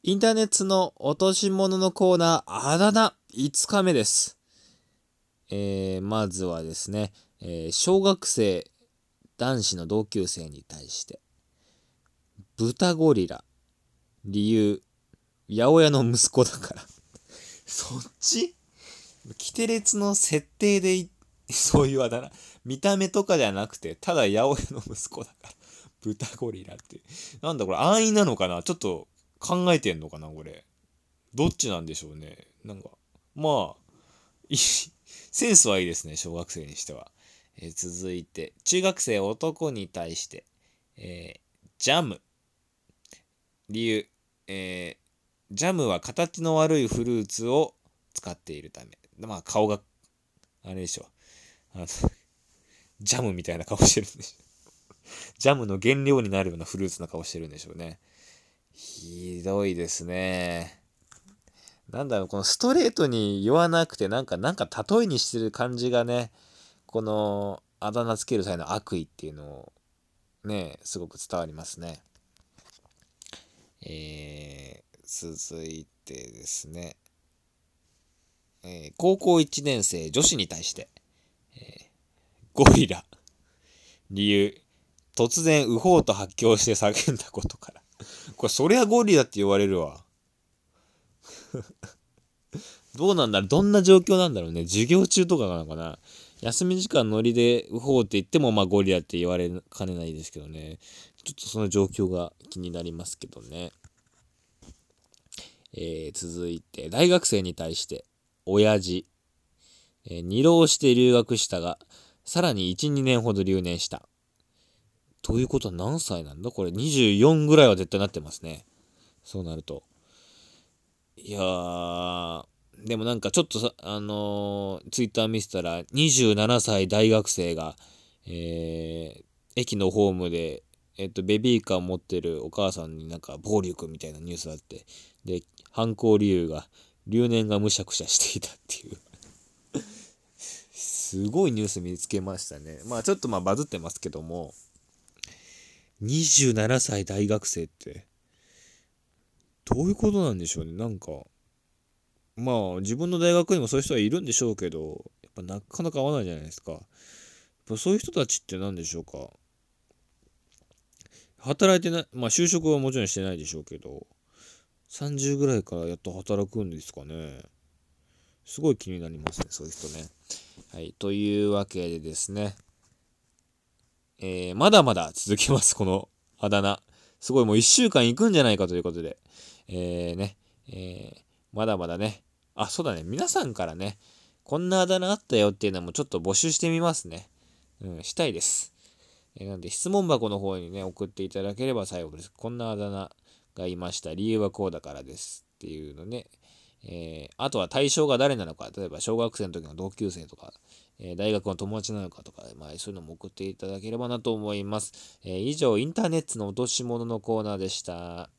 インターネットの落とし物のコーナー、あだ名5日目です。まずはですね、小学生男子の同級生に対して、豚ゴリラ、理由、八百屋の息子だから。そっちキテレツの設定でそういうあだ名。見た目とかじゃなくて、ただ八百屋の息子だから。豚ゴリラって。なんだこれ、安易なのかな、ちょっと考えてんのかなこれ。どっちなんでしょうね。なんか、まあ、センスはいいですね、小学生にしては。続いて、中学生男に対して、ジャム。理由、ジャムは形の悪いフルーツを使っているため。まあ、顔が、あれでしょ。ジャムみたいな顔してるんでしょ。ジャムの原料になるようなフルーツの顔してるんでしょうね。ひどいですね。なんだろう、このストレートに言わなくて、なんか例えにしてる感じがね、このあだ名つける際の悪意っていうのをね、すごく伝わりますね。続いてですね、高校1年生女子に対して、ゴリラ。理由、突然ウホウと発狂して叫んだことから。これそりゃゴリラって言われるわ。どうなんだろう、どんな状況なんだろうね。授業中とかなのかな。休み時間ノリでウホウって言ってもまあゴリラって言われかねないですけどね。ちょっとその状況が気になりますけどね。続いて大学生に対して親父、2浪して留学したがさらに 1,2 年ほど留年した。ということは何歳なんだこれ。24ぐらいは絶対なってますね。そうなると。いやー、でもなんかちょっとさ、ツイッター見せたら、27歳大学生が、駅のホームで、ベビーカー持ってるお母さんになんか暴力みたいなニュースがあって、で、犯行理由が、留年がむしゃくしゃしていたっていう。すごいニュース見つけましたね。まあちょっとまあバズってますけども、27歳大学生って、どういうことなんでしょうね。なんか、まあ自分の大学にもそういう人はいるんでしょうけど、やっぱなかなか合わないじゃないですか。やっぱそういう人たちって何でしょうか。働いてない、まあ就職はもちろんしてないでしょうけど、30ぐらいからやっと働くんですかね。すごい気になりますね、そういう人ね。はい、というわけでですね、まだまだ続きます、このあだ名。すごいもう1週間行くんじゃないかということで、ね、まだまだね、あ、そうだね、皆さんからね、こんなあだ名あったよっていうのもちょっと募集してみますね。したいです。なんで質問箱の方にね、送っていただければ最後です。こんなあだ名がいました。理由はこうだからですっていうのね。あとは対象が誰なのか、例えば小学生の時の同級生とか、大学の友達なのかとか、まあ、そういうのも送っていただければなと思います。以上、インターネットの落とし物のコーナーでした。